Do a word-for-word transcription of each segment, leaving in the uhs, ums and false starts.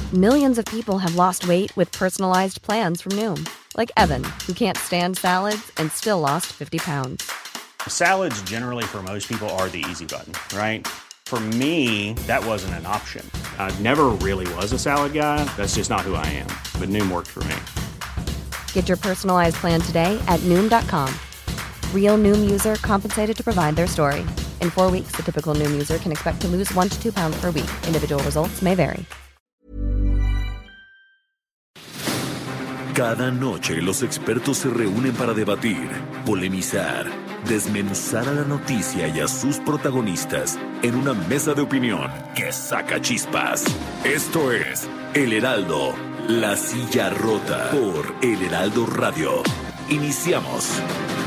Millions of people have lost weight with personalized plans from Noom, like Evan, who can't stand salads and still lost fifty pounds. Salads generally for most people are the easy button, right? For me, that wasn't an option. I never really was a salad guy. That's just not who I am. But Noom worked for me. Get your personalized plan today at Noom dot com. Real Noom user compensated to provide their story. In four weeks, the typical Noom user can expect to lose one to two pounds per week. Individual results may vary. Cada noche los expertos se reúnen para debatir, polemizar, desmenuzar a la noticia y a sus protagonistas en una mesa de opinión que saca chispas. Esto es El Heraldo, La Silla Rota, por El Heraldo Radio. Iniciamos.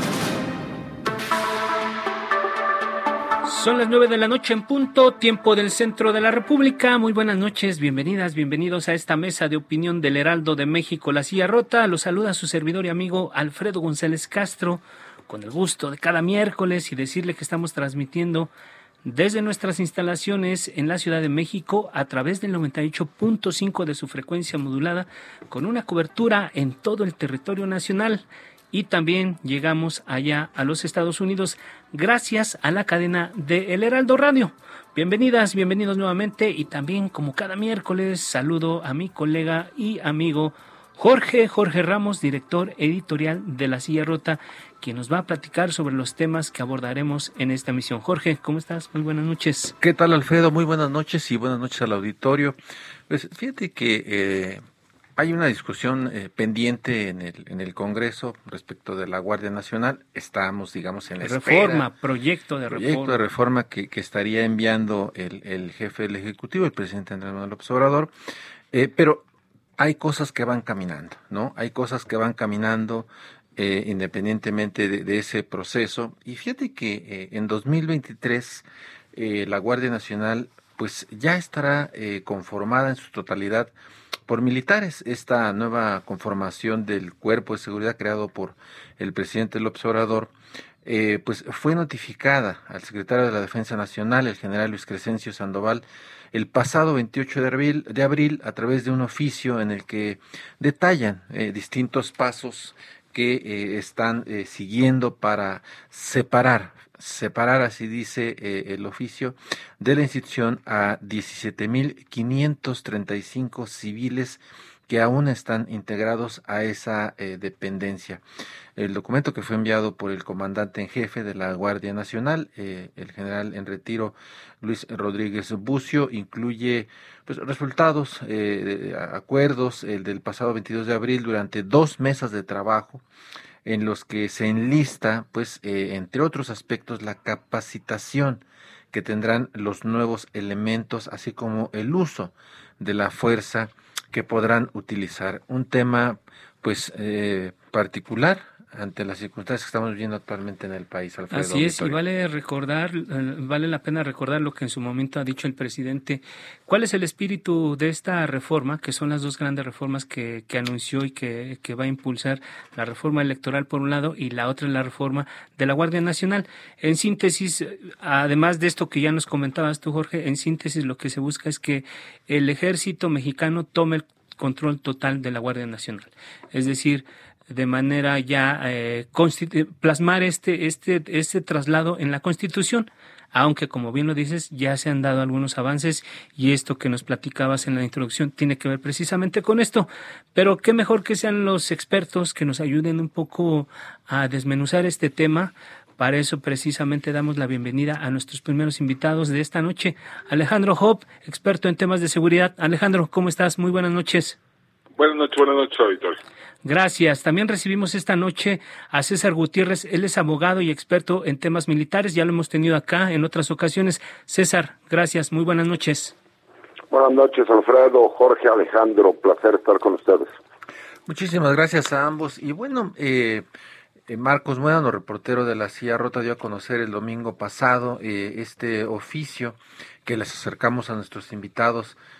Son las nueve de la noche en punto, tiempo del centro de la República. Muy buenas noches, bienvenidas, bienvenidos a esta mesa de opinión del Heraldo de México, La Silla Rota. Los saluda su servidor y amigo Alfredo González Castro, con el gusto de cada miércoles y decirle que estamos transmitiendo desde nuestras instalaciones en la Ciudad de México a través del noventa y ocho punto cinco de su frecuencia modulada, con una cobertura en todo el territorio nacional. Y también llegamos allá a los Estados Unidos gracias a la cadena de El Heraldo Radio. Bienvenidas, bienvenidos nuevamente, y también, como cada miércoles, saludo a mi colega y amigo Jorge, Jorge Ramos, director editorial de La Silla Rota, quien nos va a platicar sobre los temas que abordaremos en esta emisión. Jorge, ¿cómo estás? Muy buenas noches. ¿Qué tal, Alfredo? Muy buenas noches y buenas noches al auditorio. Pues fíjate que eh, hay una discusión eh, pendiente en el en el Congreso respecto de la Guardia Nacional. Estamos, digamos, en la reforma, espera, proyecto de reforma. Proyecto de reforma que, que estaría enviando el, el jefe del Ejecutivo, el presidente Andrés Manuel López Obrador. Eh, pero hay cosas que van caminando, ¿no? Hay cosas que van caminando eh, independientemente de, de ese proceso. Y fíjate que eh, en dos mil veintitrés eh, la Guardia Nacional pues ya estará eh, conformada en su totalidad por militares. Esta nueva conformación del Cuerpo de Seguridad creado por el presidente López Obrador eh, pues fue notificada al secretario de la Defensa Nacional, el general Luis Crescencio Sandoval, el pasado veintiocho de abril, de abril a través de un oficio en el que detallan eh, distintos pasos que eh, están eh, siguiendo para separar, separar, así dice eh, el oficio, de la institución a diecisiete mil quinientos treinta y cinco civiles que aún están integrados a esa eh, dependencia. El documento, que fue enviado por el comandante en jefe de la Guardia Nacional, eh, el general en retiro Luis Rodríguez Bucio, incluye pues resultados, eh, acuerdos, el del pasado veintidós de abril, durante dos mesas de trabajo, en los que se enlista, pues, eh, entre otros aspectos, la capacitación que tendrán los nuevos elementos, así como el uso de la fuerza que podrán utilizar. Un tema, pues, eh, particular ante las circunstancias que estamos viviendo actualmente en el país, Alfredo. Así es, Auditorio. y vale recordar, vale la pena recordar lo que en su momento ha dicho el presidente. ¿Cuál es el espíritu de esta reforma, que son las dos grandes reformas que, que anunció y que, que va a impulsar? La reforma electoral por un lado y la otra es la reforma de la Guardia Nacional. En síntesis, además de esto que ya nos comentabas tú, Jorge, en síntesis lo que se busca es que el ejército mexicano tome el control total de la Guardia Nacional. Es decir, de manera ya eh, plasmar este, este, este traslado en la Constitución, aunque, como bien lo dices, ya se han dado algunos avances, y esto que nos platicabas en la introducción tiene que ver precisamente con esto. Pero qué mejor que sean los expertos que nos ayuden un poco a desmenuzar este tema. Para eso precisamente damos la bienvenida a nuestros primeros invitados de esta noche. Alejandro Hopp, experto en temas de seguridad. Alejandro, ¿cómo estás? Muy buenas noches. Buenas noches, buenas noches, auditorio. Gracias. También recibimos esta noche a César Gutiérrez. Él es abogado y experto en temas militares. Ya lo hemos tenido acá en otras ocasiones. César, gracias. Muy buenas noches. Buenas noches, Alfredo, Jorge, Alejandro. Placer estar con ustedes. Muchísimas gracias a ambos. Y bueno, eh, eh, Marcos Muedano, reportero de La Silla Rota, dio a conocer el domingo pasado eh, este oficio que les acercamos a nuestros invitados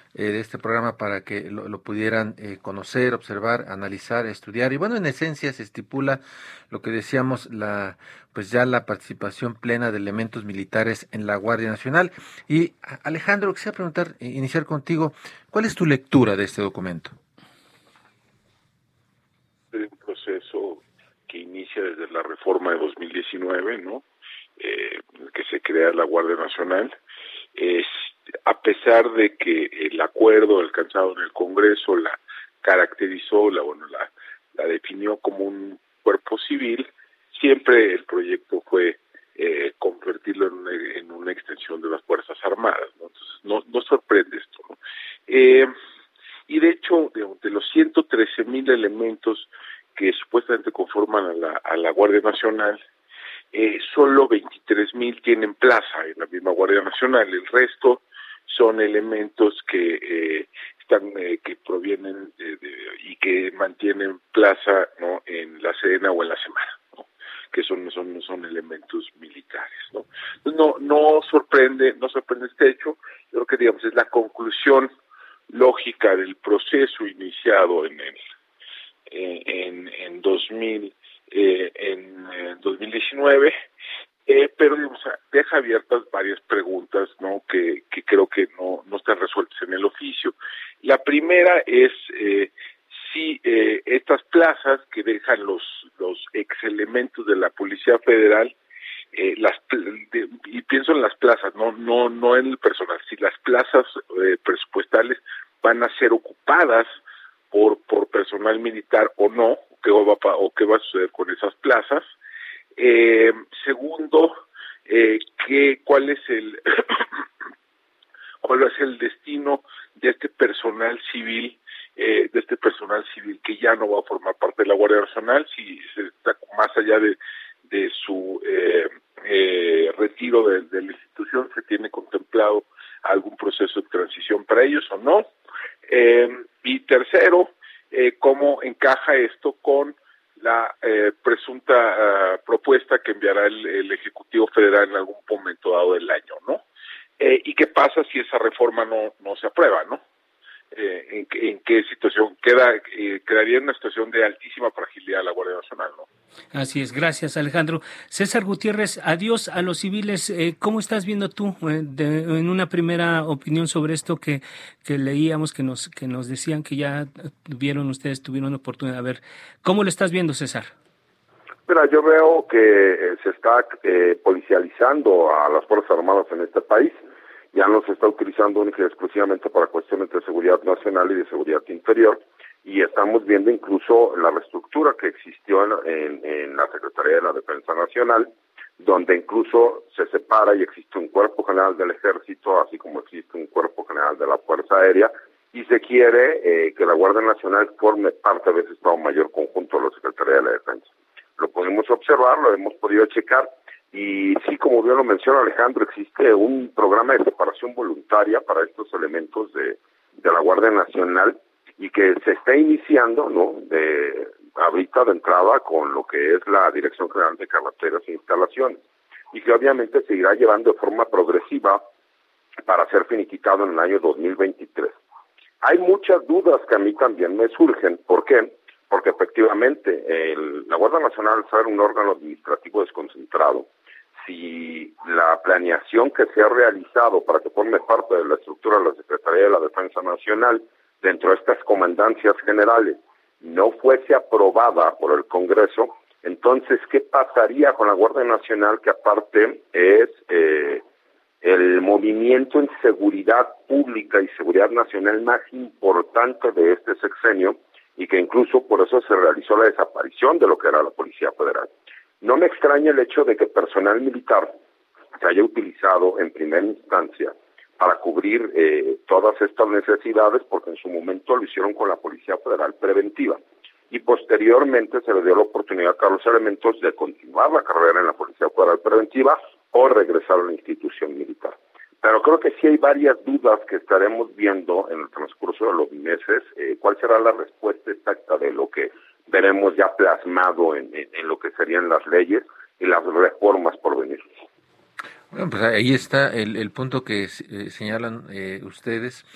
eh, de este programa para que lo, lo pudieran eh, conocer, observar, analizar, estudiar. Y bueno, en esencia se estipula lo que decíamos, la pues ya la participación plena de elementos militares en la Guardia Nacional. Y Alejandro, quisiera preguntar, eh, iniciar contigo, ¿cuál es tu lectura de este documento? Un proceso que inicia desde la reforma de dos mil diecinueve, ¿no? Eh, que se crea la Guardia Nacional. Es, a pesar de que el acuerdo alcanzado en el Congreso la caracterizó, la bueno, la, la definió como un cuerpo civil, siempre el proyecto fue eh, convertirlo en una, en una extensión de las Fuerzas Armadas, ¿no? Entonces, no, no sorprende esto, ¿no? Eh, y de hecho, de, de los ciento trece mil elementos que supuestamente conforman a la, a la Guardia Nacional, eh, solo veintitrés mil tienen plaza en la misma Guardia Nacional. El resto son elementos que eh, están eh, que provienen de, de, y que mantienen plaza, ¿no?, en la Sedena o en la Semana, ¿no?, que son son son elementos militares, ¿no? No no sorprende no sorprende este hecho. Yo creo que, digamos, es la conclusión lógica del proceso iniciado en el en en dos mil eh, en, en dos mil diecinueve, eh, pero digamos, deja abiertas varias preguntas, ¿no?, que que creo que no no están resueltas en el oficio. La primera es eh, si eh, estas plazas que dejan los los ex elementos de la Policía Federal, eh, las de, y pienso en las plazas, no no no en el personal, si las plazas eh, presupuestales van a ser ocupadas por por personal militar o no, qué va a, o qué va a suceder con esas plazas. Eh, segundo, eh, ¿qué, cuál es el cuál es el destino de este personal civil, eh, de este personal civil que ya no va a formar parte de la Guardia Nacional, si se está más allá de de su eh, eh, retiro de, de la institución, se tiene contemplado algún proceso de transición para ellos o no. Eh, y tercero, eh, cómo encaja esto con la eh, presunta uh, propuesta que enviará el, el Ejecutivo Federal en algún momento dado del año, ¿no? Eh, y qué pasa si esa reforma no no se aprueba, ¿no? Eh, en, en qué situación queda, eh, quedaría en una situación de altísima fragilidad la Guardia Nacional, ¿no? Así es, gracias, Alejandro. César Gutiérrez, adiós a los civiles. Eh, ¿Cómo estás viendo tú, eh, de, en una primera opinión sobre esto que, que leíamos, que nos que nos decían que ya vieron ustedes, tuvieron oportunidad de ver? ¿Cómo lo estás viendo, César? Mira, yo veo que eh, se está eh, policializando a las Fuerzas Armadas en este país. Ya no se está utilizando única y exclusivamente para cuestiones de seguridad nacional y de seguridad interior, y estamos viendo incluso la reestructura que existió en, en, en la Secretaría de la Defensa Nacional, donde incluso se separa y existe un cuerpo general del Ejército, así como existe un cuerpo general de la Fuerza Aérea, y se quiere eh, que la Guardia Nacional forme parte de ese Estado Mayor conjunto de la Secretaría de la Defensa. Lo podemos observar, lo hemos podido checar. Y sí, como bien lo menciona Alejandro, existe un programa de separación voluntaria para estos elementos de, de la Guardia Nacional, y que se está iniciando, ¿no?, de ahorita de entrada con lo que es la Dirección General de Carreteras e Instalaciones, y que obviamente se irá llevando de forma progresiva para ser finiquitado en el año dos mil veintitrés. Hay muchas dudas que a mí también me surgen. ¿Por qué? Porque efectivamente el, la Guardia Nacional, al ser un órgano administrativo desconcentrado, si la planeación que se ha realizado para que forme parte de la estructura de la Secretaría de la Defensa Nacional dentro de estas comandancias generales no fuese aprobada por el Congreso, entonces, ¿qué pasaría con la Guardia Nacional, que aparte es eh, el movimiento en seguridad pública y seguridad nacional más importante de este sexenio, y que incluso por eso se realizó la desaparición de lo que era la Policía Federal? No me extraña el hecho de que personal militar se haya utilizado en primera instancia para cubrir eh, todas estas necesidades, porque en su momento lo hicieron con la Policía Federal Preventiva, y posteriormente se le dio la oportunidad a los elementos de continuar la carrera en la Policía Federal Preventiva o regresar a la institución militar. Pero creo que sí hay varias dudas que estaremos viendo en el transcurso de los meses. Eh, ¿Cuál será la respuesta exacta de lo que veremos ya plasmado en, en, en lo que serían las leyes y las reformas por venir? Bueno, pues ahí está el, el punto que eh, señalan eh, ustedes,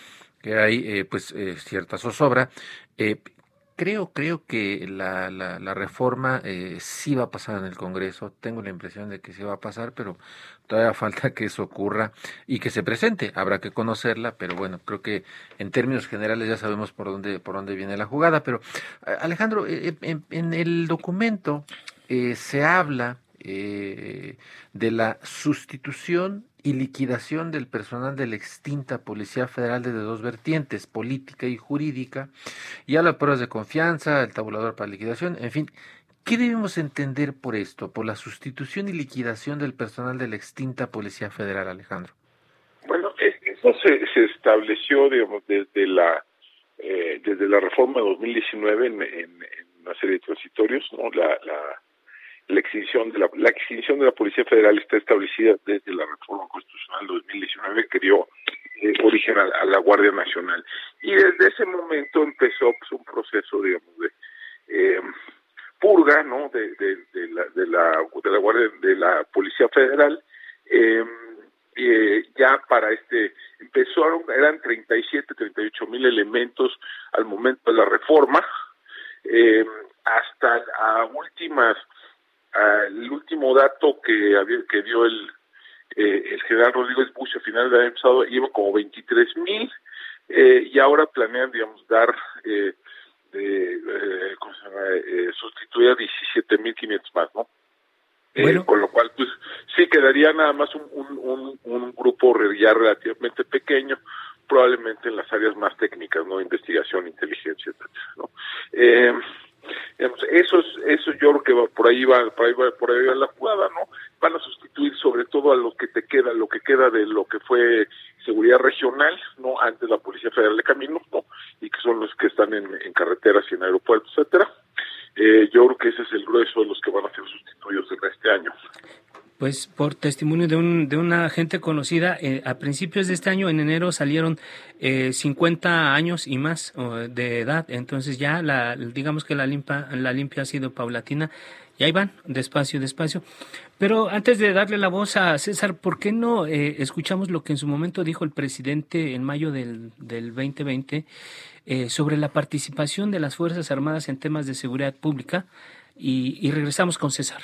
que hay eh, pues eh, cierta zozobra. Eh, Creo, creo que la, la, la reforma eh, sí va a pasar en el Congreso. Tengo la impresión de que sí va a pasar, pero todavía falta que eso ocurra y que se presente. Habrá que conocerla, pero bueno, creo que en términos generales ya sabemos por dónde, por dónde viene la jugada. Pero Alejandro, eh, en, en el documento eh, se habla eh, de la sustitución y liquidación del personal de la extinta Policía Federal desde dos vertientes, política y jurídica, y habla de pruebas de confianza, el tabulador para liquidación, en fin. ¿Qué debemos entender por esto, por la sustitución y liquidación del personal de la extinta Policía Federal, Alejandro? Bueno, eso se, se estableció, digamos, desde la eh, desde la reforma de dos mil diecinueve en, en, en una serie de transitorios, ¿no? La, la La extinción de la, la extinción de la Policía Federal está establecida desde la Reforma Constitucional de dos mil diecinueve, que dio eh, origen a, a la Guardia Nacional. Y desde ese momento empezó pues, un proceso, digamos, de eh, purga, ¿no? De, de, de, la, de, la, de la Guardia, de la Policía Federal. Eh, eh, ya para este, empezaron, eran treinta y siete, treinta y ocho mil elementos al momento de la reforma, eh, hasta a últimas Uh, el último dato que había, que dio el eh, el general Rodríguez Bush a finales del año pasado iba como veintitrés mil eh, y ahora planean, digamos, dar eh, de, eh, ¿cómo se llama? Eh, sustituir a diecisiete mil quinientos más, ¿no? Bueno. Eh, con lo cual, pues sí quedaría nada más un, un, un, un grupo ya relativamente pequeño, probablemente en las áreas más técnicas, ¿no? Investigación, inteligencia, etcétera, ¿no? Eh, Eso es, eso yo creo que va, por ahí va, por ahí va, por ahí va la jugada, ¿no? Van a sustituir sobre todo a lo que te queda, lo que queda de lo que fue seguridad regional, ¿no? Antes la Policía Federal de Caminos, ¿no? Y que son los que están en, en carreteras y en aeropuertos, etcétera. Eh, yo creo que ese es el grueso de los que van a ser sustituidos en este año. Pues por testimonio de un de una gente conocida, eh, a principios de este año, en enero, salieron eh, cincuenta años y más oh, de edad. Entonces ya la digamos que la limpia, la limpia ha sido paulatina y ahí van, despacio, despacio. Pero antes de darle la voz a César, ¿por qué no eh, escuchamos lo que en su momento dijo el presidente en mayo del, del veinte veinte eh, sobre la participación de las Fuerzas Armadas en temas de seguridad pública? Y, y regresamos con César.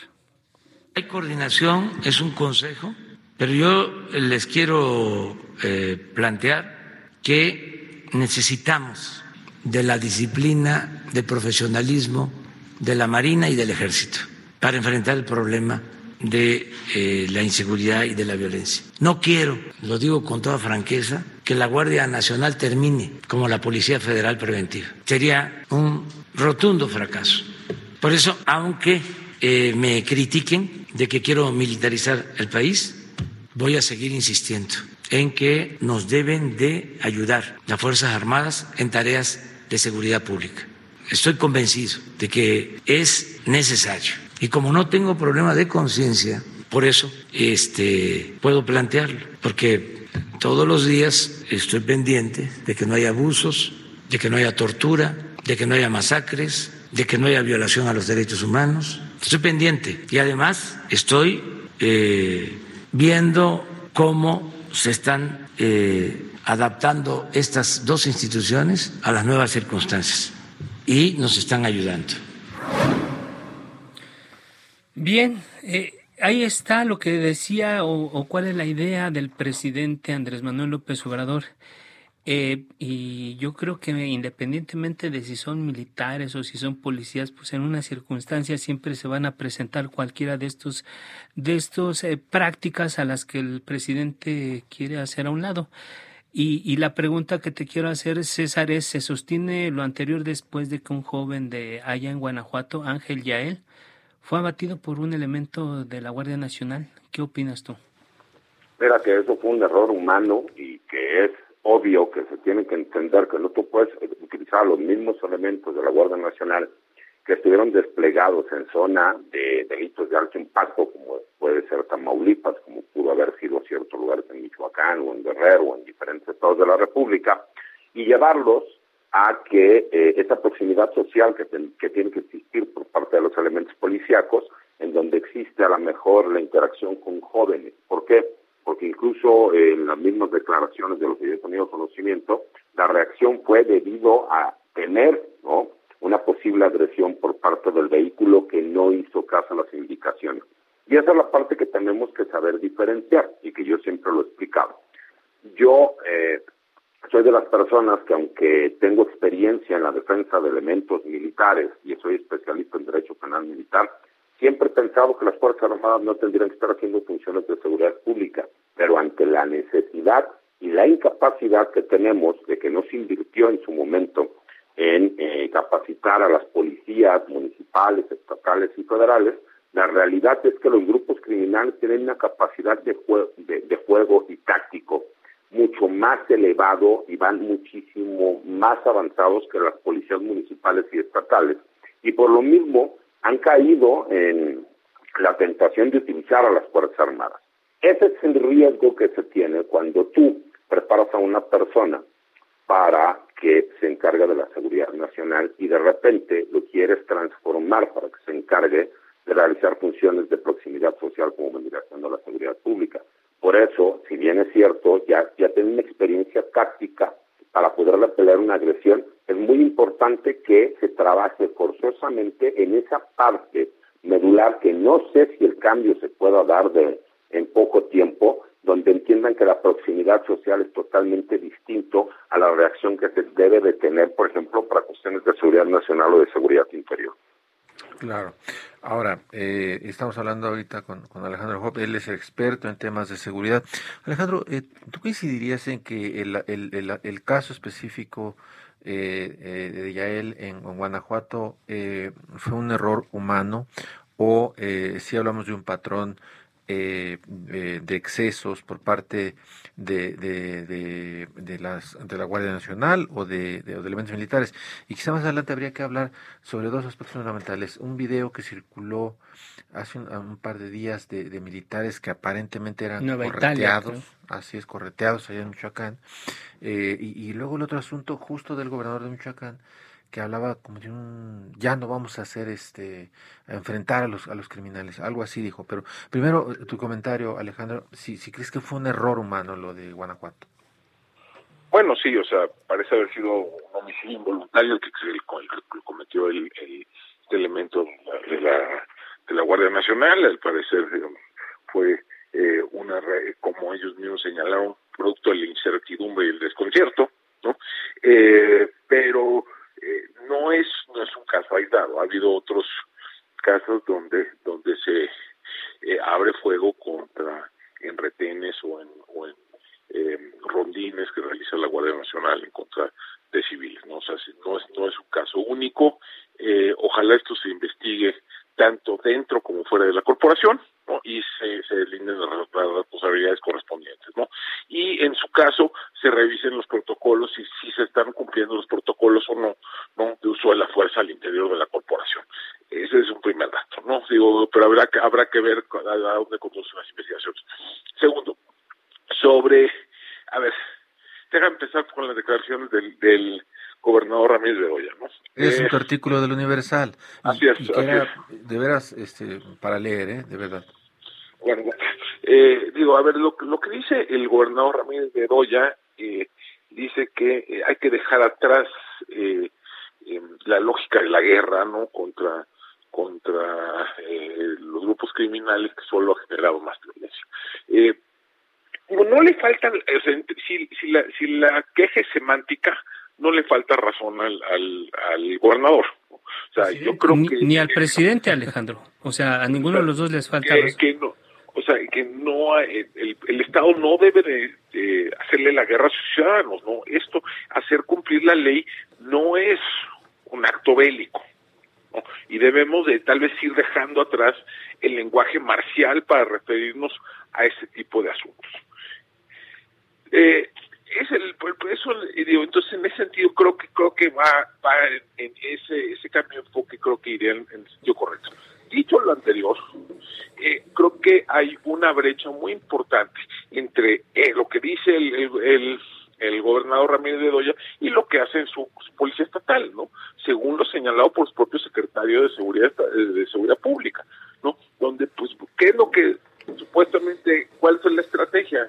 Hay coordinación, es un consejo, pero yo les quiero eh, plantear que necesitamos de la disciplina, de profesionalismo de la Marina y del Ejército para enfrentar el problema de eh, la inseguridad y de la violencia. No quiero, lo digo con toda franqueza, que la Guardia Nacional termine como la Policía Federal Preventiva. Sería un rotundo fracaso. Por eso, aunque eh, me critiquen de que quiero militarizar el país, voy a seguir insistiendo en que nos deben de ayudar las Fuerzas Armadas en tareas de seguridad pública. Estoy convencido de que es necesario. Y como no tengo problema de conciencia, por eso este, puedo plantearlo, porque todos los días estoy pendiente de que no haya abusos, de que no haya tortura, de que no haya masacres, de que no haya violación a los derechos humanos. Estoy pendiente y además estoy eh, viendo cómo se están eh, adaptando estas dos instituciones a las nuevas circunstancias y nos están ayudando. Bien, eh, ahí está lo que decía o, o cuál es la idea del presidente Andrés Manuel López Obrador. Eh, y yo creo que independientemente de si son militares o si son policías, pues en una circunstancia siempre se van a presentar cualquiera de estos de estos eh, prácticas a las que el presidente quiere hacer a un lado. Y, y la pregunta que te quiero hacer, César, es, ¿se sostiene lo anterior después de que un joven de allá en Guanajuato, Ángel Yael, fue abatido por un elemento de la Guardia Nacional? ¿Qué opinas tú? Mira, que eso fue un error humano y que es obvio que se tiene que entender que no tú puedes utilizar los mismos elementos de la Guardia Nacional que estuvieron desplegados en zona de delitos de alto impacto, como puede ser Tamaulipas, como pudo haber sido ciertos lugares en Michoacán o en Guerrero o en diferentes estados de la República, y llevarlos a que eh, esa proximidad social que, ten, que tiene que existir por parte de los elementos policíacos, en donde existe a lo mejor la interacción con jóvenes. ¿Por qué? porque incluso en las mismas declaraciones de los que yo he tenido conocimiento, la reacción fue debido a temer, ¿no?, una posible agresión por parte del vehículo que no hizo caso a las indicaciones. Y esa es la parte que tenemos que saber diferenciar y que yo siempre lo he explicado. Yo eh, soy de las personas que, aunque tengo experiencia en la defensa de elementos militares y soy especialista en derecho penal militar, siempre he pensado que las Fuerzas Armadas no tendrían que estar haciendo funciones de seguridad pública, pero ante la necesidad y la incapacidad que tenemos de que no se invirtió en su momento en eh, capacitar a las policías municipales, estatales y federales, la realidad es que los grupos criminales tienen una capacidad de, jue- de, de juego y táctico mucho más elevado y van muchísimo más avanzados que las policías municipales y estatales, y por lo mismo han caído en la tentación de utilizar a las Fuerzas Armadas. Ese es el riesgo que se tiene cuando tú preparas a una persona para que se encargue de la seguridad nacional y de repente lo quieres transformar para que se encargue de realizar funciones de proximidad social como vendría siendo la seguridad pública. Por eso, si bien es cierto, ya, ya tiene una experiencia táctica para poder repeler una agresión, es muy importante que se trabaje forzosamente en esa parte medular que no sé si el cambio se pueda dar de en poco tiempo, donde entiendan que la proximidad social es totalmente distinto a la reacción que se debe de tener, por ejemplo, para cuestiones de seguridad nacional o de seguridad interior. Claro. Ahora, eh, estamos hablando ahorita con, con Alejandro Hoppe, él es el experto en temas de seguridad. Alejandro, eh, ¿tú coincidirías en que el, el, el, el caso específico eh, eh, de Yael en, en Guanajuato eh, fue un error humano o eh, si hablamos de un patrón Eh, eh, de excesos por parte de, de, de, de, las, de la Guardia Nacional o de, de, de elementos militares? Y quizá más adelante habría que hablar sobre dos aspectos fundamentales. Un video que circuló hace un, un par de días de, de militares que aparentemente eran Nueva correteados, Italia, ¿no? Así es, correteados allá en Michoacán. Eh, y, y luego el otro asunto justo del gobernador de Michoacán, que hablaba como de un ya no vamos a hacer este a enfrentar a los a los criminales, algo así dijo. Pero primero tu comentario, Alejandro, si si crees que fue un error humano lo de Guanajuato. Bueno, sí, o sea, parece haber sido un homicidio involuntario el que el, el, el cometió el, el este elemento de la de la Guardia Nacional. Al parecer digamos, fue eh, una como ellos mismos señalaron, producto de la incertidumbre y el desconcierto, ¿no? Eh, pero Eh, no es no es un caso aislado. Ha habido otros casos donde donde se eh, abre fuego contra en retenes o en, o en eh, rondines que realiza la Guardia Nacional en contra de civiles, ¿no? O sea, no es no es un caso único. Eh, ojalá esto se investigue tanto dentro como fuera de la corporación, ¿no? Y se, se delinden las, las responsabilidades correspondientes, ¿no? Y en su caso se revisen los protocolos y si se están cumpliendo los protocolos o no, ¿no? De uso de la fuerza al interior de la corporación. Ese es un primer dato, ¿no? Digo, pero habrá que habrá que ver a, a dónde conducen las investigaciones. Segundo, sobre, a ver, déjame empezar con las declaraciones del, del gobernador Ramírez Bedoya, ¿no? Es eh, un artículo del Universal. Así es, y que así era, es. de veras, este, para leer, ¿eh? De verdad. Bueno, eh, digo, a ver, lo, lo que dice el gobernador Ramírez Bedoya, eh, dice que eh, hay que dejar atrás eh, eh, la lógica de la guerra, ¿no? Contra contra eh, los grupos criminales, que solo ha generado más violencia. Eh, digo, no le falta, o sea, si, si, la, si la queja es semántica, no le falta razón al, al, al gobernador. O sea, sí, yo creo ni, que... Ni al presidente, Alejandro. O sea, a ninguno de los dos les falta que, razón. que no, o sea, que no el, el Estado no debe de, de hacerle la guerra a sus ciudadanos, ¿no? Esto, hacer cumplir la ley, no es un acto bélico, ¿no? Y debemos de tal vez ir dejando atrás el lenguaje marcial para referirnos a ese tipo de asuntos. Eh, es el eso digo, entonces en ese sentido creo que creo que va va en, en ese ese cambio de enfoque, creo que iría en, en el sentido correcto. Dicho lo anterior, eh, creo que hay una brecha muy importante entre eh, lo que dice el, el, el, el gobernador Ramírez Bedoya y lo que hace su, su policía estatal, ¿no? Según lo señalado por su propio secretario de seguridad de seguridad pública, ¿no? Donde pues qué es lo que supuestamente, ¿cuál fue la estrategia?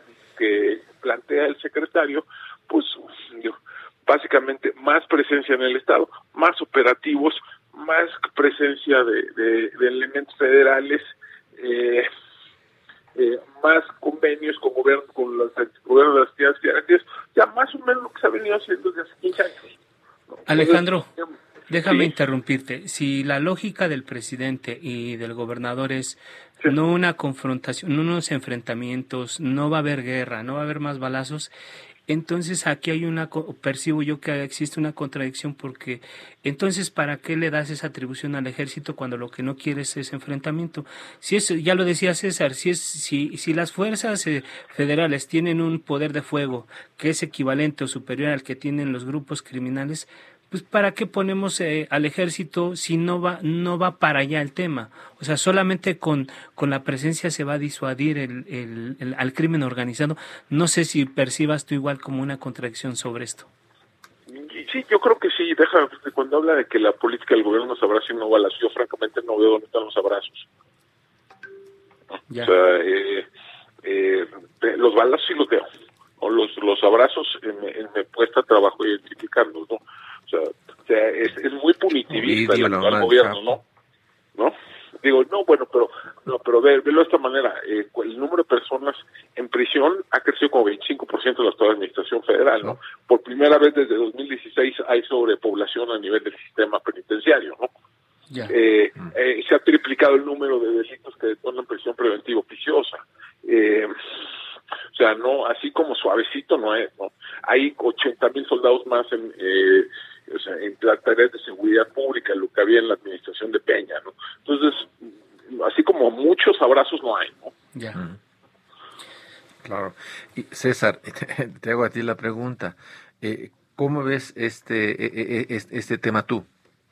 que plantea el secretario, pues yo, básicamente más presencia en el Estado, más operativos, más presencia de, de, de elementos federales, eh, eh, más convenios con gobierno, con los gobiernos de las entidades federativas, ya más o menos lo que se ha venido haciendo desde hace quince años. ¿No? Alejandro, Entonces, déjame ¿sí? interrumpirte. Si la lógica del presidente y del gobernador es Sí. no una confrontación, no unos enfrentamientos, no va a haber guerra, no va a haber más balazos, entonces aquí hay una, percibo yo que existe una contradicción, porque entonces ¿para qué le das esa atribución al ejército cuando lo que no quieres es enfrentamiento? Si es, ya lo decía César, si es, si, si las fuerzas eh, federales tienen un poder de fuego que es equivalente o superior al que tienen los grupos criminales, pues ¿para qué ponemos eh, al ejército si no va no va para allá el tema? O sea, solamente con, con la presencia se va a disuadir el, el, el, al crimen organizado. No sé si percibas tú igual como una contradicción sobre esto. Sí, yo creo que sí. Deja, cuando habla de que la política del gobierno nos abraza y no balas, yo francamente no veo dónde están los abrazos. Ya. O sea, eh, eh, los balazos sí los veo. O los, los abrazos eh, me, me cuesta trabajo identificarlos, ¿no? O sea, o sea es, es muy punitivista el actual gobierno, ¿no? ¿No? Digo, no, bueno, pero no, pero ve, velo de esta manera. Eh, el número de personas en prisión ha crecido como veinticinco por ciento de la actual administración federal, ¿no? Por primera vez desde dos mil dieciséis hay sobrepoblación a nivel del sistema penitenciario, ¿no? Ya. Eh, eh, se ha triplicado el número de delitos que detonan prisión preventiva oficiosa. Eh, o sea, no, así como suavecito no es, ¿no? Hay ochenta mil soldados más en, eh, o sea, en las tareas de seguridad pública, lo que había en la administración de Peña, ¿no? Entonces, así como muchos abrazos no hay, ¿no? Ya. Mm. Claro. Y César, te hago a ti la pregunta. Eh, ¿Cómo ves este, eh, este, este tema tú?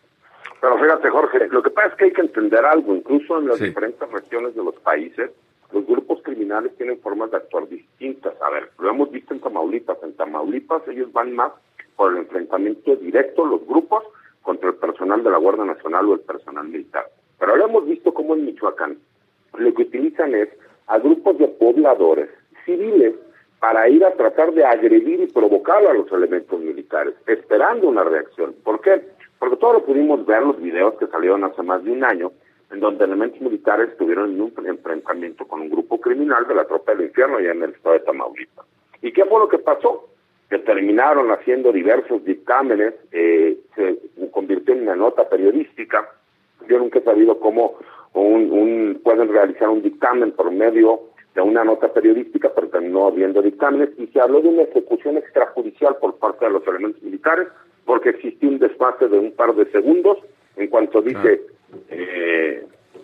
Pero fíjate, Jorge, lo que pasa es que hay que entender algo. Incluso en las Sí. diferentes regiones de los países, los grupos criminales tienen formas de actuar distintas. A ver, lo hemos visto en Tamaulipas. En Tamaulipas ellos van más por el enfrentamiento directo, los grupos, contra el personal de la Guardia Nacional o el personal militar. Pero ahora hemos visto cómo en Michoacán lo que utilizan es a grupos de pobladores civiles para ir a tratar de agredir y provocar a los elementos militares, esperando una reacción. ¿Por qué? Porque todos lo pudimos ver, los videos que salieron hace más de un año, en donde elementos militares estuvieron en un enfrentamiento con un grupo criminal de la Tropa del Infierno allá en el estado de Tamaulipas. ¿Y qué fue lo que pasó? Que terminaron haciendo diversos dictámenes, eh, se convirtió en una nota periodística. Yo nunca he sabido cómo un, un, pueden realizar un dictamen por medio de una nota periodística, pero terminó habiendo dictámenes, y se habló de una ejecución extrajudicial por parte de los elementos militares, porque existió un desfase de un par de segundos en cuanto dice, eh,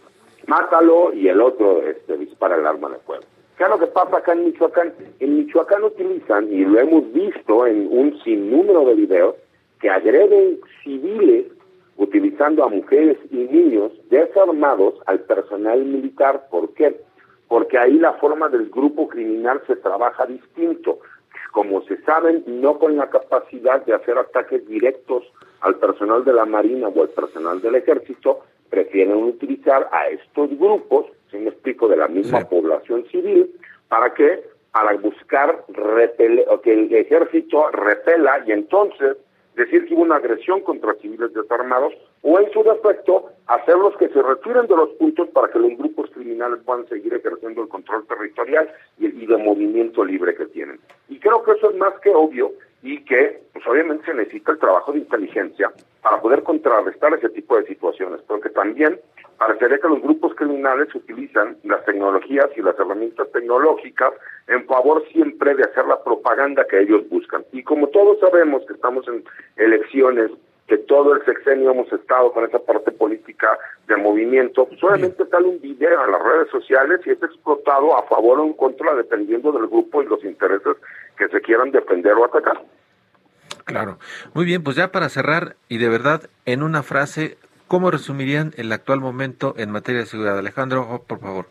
mátalo, y el otro este, dispara el arma de fuego. ¿Qué es lo que pasa acá en Michoacán? En Michoacán utilizan, y lo hemos visto en un sinnúmero de videos, que agreden civiles utilizando a mujeres y niños desarmados al personal militar. ¿Por qué? Porque ahí la forma del grupo criminal se trabaja distinto. Como se saben, no con la capacidad de hacer ataques directos al personal de la Marina o al personal del Ejército, prefieren utilizar a estos grupos, si me explico, de la misma sí. población civil, ¿para qué? Para buscar repele, que el Ejército repela y entonces decir que hubo una agresión contra civiles desarmados, o en su defecto, hacerlos que se retiren de los puntos para que los grupos criminales puedan seguir ejerciendo el control territorial y, y de movimiento libre que tienen. Y creo que eso es más que obvio, y que pues obviamente se necesita el trabajo de inteligencia para poder contrarrestar ese tipo de situaciones, porque también parecería que los grupos criminales utilizan las tecnologías y las herramientas tecnológicas en favor siempre de hacer la propaganda que ellos buscan. Y como todos sabemos que estamos en elecciones, que todo el sexenio hemos estado con esa parte política de movimiento, pues obviamente sale un video en las redes sociales y es explotado a favor o en contra dependiendo del grupo y los intereses que se quieran defender o atacar. Claro. Muy bien, pues ya para cerrar, y de verdad, en una frase, ¿cómo resumirían el actual momento en materia de seguridad? Alejandro, por favor.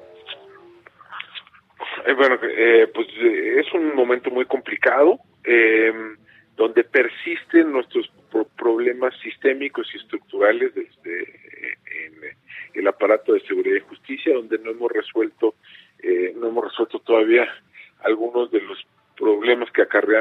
Eh, bueno, eh, pues eh, es un momento muy complicado, eh, donde persisten nuestros pro- problemas sistémicos y estructurales desde eh, en el aparato de seguridad y justicia, donde no hemos resuelto, eh, no hemos resuelto todavía algunos de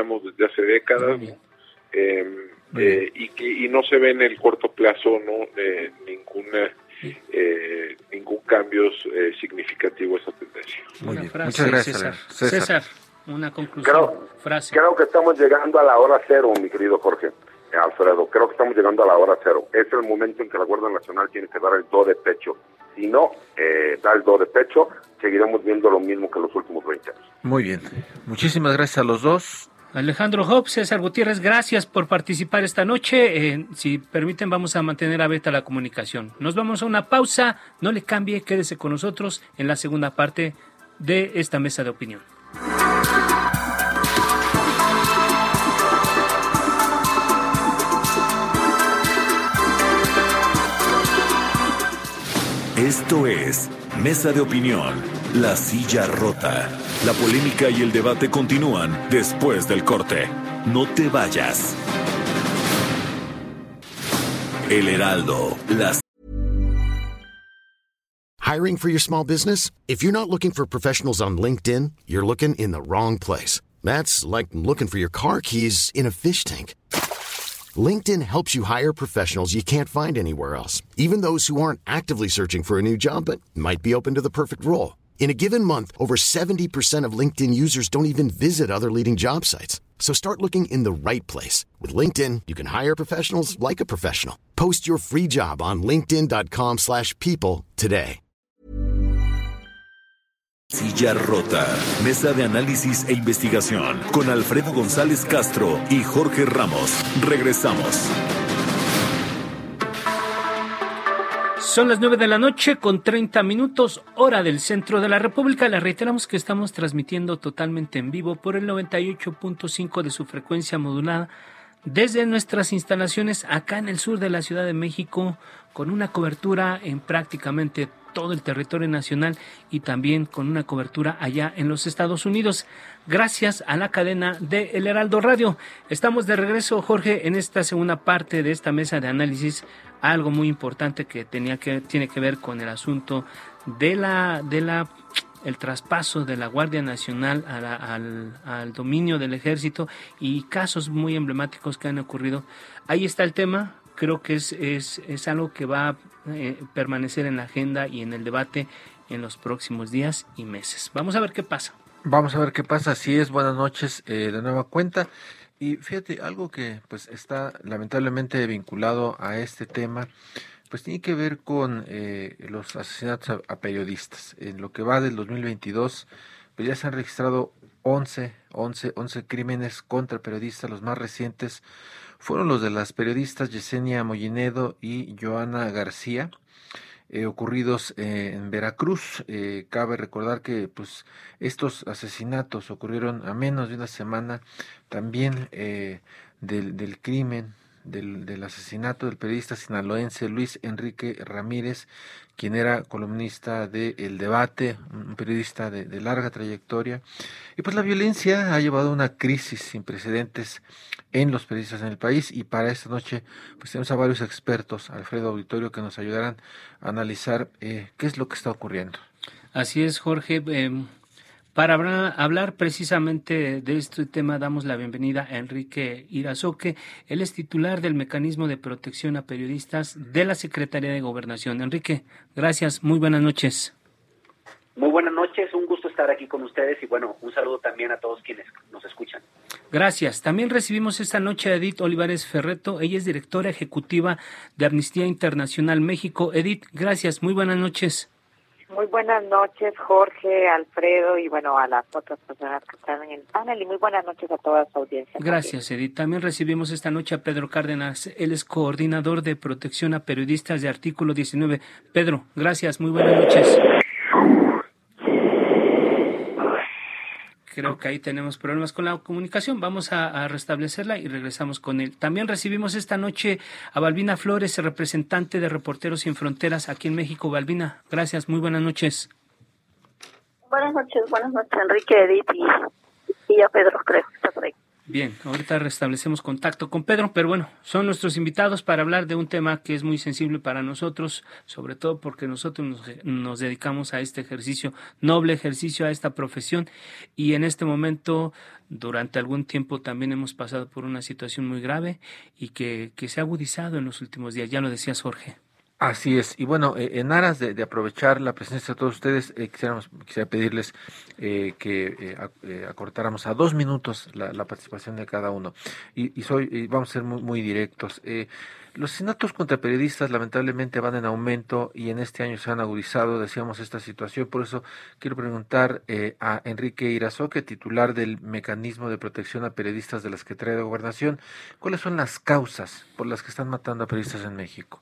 veníamos desde hace décadas, ¿no? eh, eh, y que y no se ve en el corto plazo, ¿no? Eh, ninguna eh, ningún cambio eh, significativo a esa tendencia. Muy bien. Frase, Muchas gracias, César. César. César, una conclusión. Creo, frase. creo que estamos llegando a la hora cero, mi querido Jorge. Alfredo, creo que estamos llegando a la hora cero. Es el momento en que la Guardia Nacional tiene que dar el do de pecho. Si no eh, da el do de pecho, seguiremos viendo lo mismo que los últimos veinte años. Muy bien. Muchísimas gracias a los dos. Alejandro Hobbs, César Gutiérrez, gracias por participar esta noche. Eh, si permiten, vamos a mantener abierta la comunicación. Nos vamos a una pausa. No le cambie, quédese con nosotros en la segunda parte de esta mesa de opinión. Esto es Mesa de Opinión, La Silla Rota. La polémica y el debate continúan después del corte. No te vayas. El Heraldo, la... Hiring for your small business? If you're not looking for professionals on LinkedIn, you're looking in the wrong place. That's like looking for your car keys in a fish tank. LinkedIn helps you hire professionals you can't find anywhere else, even those who aren't actively searching for a new job but might be open to the perfect role. In a given month, over seventy percent of LinkedIn users don't even visit other leading job sites. So start looking in the right place. With LinkedIn, you can hire professionals like a professional. Post your free job on linkedin.com slash people today. Silla Rota, mesa de análisis e investigación con Alfredo González Castro y Jorge Ramos. Regresamos. Son las nueve de la noche con treinta minutos, hora del centro de la República. Les reiteramos que estamos transmitiendo totalmente en vivo por el noventa y ocho punto cinco de su frecuencia modulada desde nuestras instalaciones acá en el sur de la Ciudad de México, con una cobertura en prácticamente todo el territorio nacional y también con una cobertura allá en los Estados Unidos, gracias a la cadena de El Heraldo Radio. Estamos de regreso, Jorge, en esta segunda parte de esta mesa de análisis, algo muy importante que tenía que tiene que ver con el asunto de la de la el traspaso de la Guardia Nacional a la, al, al dominio del Ejército y casos muy emblemáticos que han ocurrido. Ahí está el tema. Creo que es, es, es algo que va a eh, permanecer en la agenda y en el debate en los próximos días y meses. Vamos a ver qué pasa. Vamos a ver qué pasa. Así es, buenas noches eh, de nueva cuenta. Y fíjate, algo que pues está lamentablemente vinculado a este tema, pues tiene que ver con eh, los asesinatos a, a periodistas. En lo que va del dos mil veintidós, pues ya se han registrado once, once, once crímenes contra periodistas. Los más recientes fueron los de las periodistas Yesenia Mollinedo y Joana García, eh, ocurridos eh, en Veracruz. Eh, cabe recordar que pues estos asesinatos ocurrieron a menos de una semana también eh, del, del crimen, del, del asesinato del periodista sinaloense Luis Enrique Ramírez, quien era columnista de El Debate, un periodista de, de larga trayectoria. Y pues la violencia ha llevado a una crisis sin precedentes en los periodistas en el país, y para esta noche pues tenemos a varios expertos, Alfredo Auditorio, que nos ayudarán a analizar eh, qué es lo que está ocurriendo. Así es, Jorge. Eh, para hablar, hablar precisamente de este tema, damos la bienvenida a Enrique Irazoque. Él es titular del Mecanismo de Protección a Periodistas de la Secretaría de Gobernación. Enrique, gracias, muy buenas noches. Muy buenas noches, un gusto estar aquí con ustedes y bueno, un saludo también a todos quienes nos escuchan. Gracias. También recibimos esta noche a Edith Olivares Ferretto. Ella es directora ejecutiva de Amnistía Internacional México. Edith, gracias, muy buenas noches. Muy buenas noches, Jorge, Alfredo y bueno, a las otras personas que están en el panel, y muy buenas noches a toda su audiencia. Gracias, también. Edith. También recibimos esta noche a Pedro Cárdenas. Él es coordinador de protección a periodistas de Artículo diecinueve. Pedro, gracias, muy buenas noches. Creo que ahí tenemos problemas con la comunicación. Vamos a, a restablecerla y regresamos con él. También recibimos esta noche a Balbina Flores, representante de Reporteros Sin Fronteras aquí en México. Balbina, gracias, muy buenas noches. Buenas noches, buenas noches, Enrique, Edith y, y a Pedro, creo que está por ahí. Bien, ahorita restablecemos contacto con Pedro, pero bueno, son nuestros invitados para hablar de un tema que es muy sensible para nosotros, sobre todo porque nosotros nos, nos dedicamos a este ejercicio, noble ejercicio, a esta profesión, y en este momento, durante algún tiempo también hemos pasado por una situación muy grave y que, que se ha agudizado en los últimos días, ya lo decías, Jorge. Así es, y bueno, eh, en aras de, de aprovechar la presencia de todos ustedes, eh, quisiéramos, quisiera pedirles eh, que eh, a, eh, acortáramos a dos minutos la, la participación de cada uno. Y, y soy, y vamos a ser muy, muy directos. Eh, los asesinatos contra periodistas lamentablemente van en aumento y en este año se han agudizado, decíamos, esta situación. Por eso quiero preguntar eh, a Enrique Irazoque, titular del Mecanismo de Protección a Periodistas de la Secretaría de Gobernación, ¿cuáles son las causas por las que están matando a periodistas en México?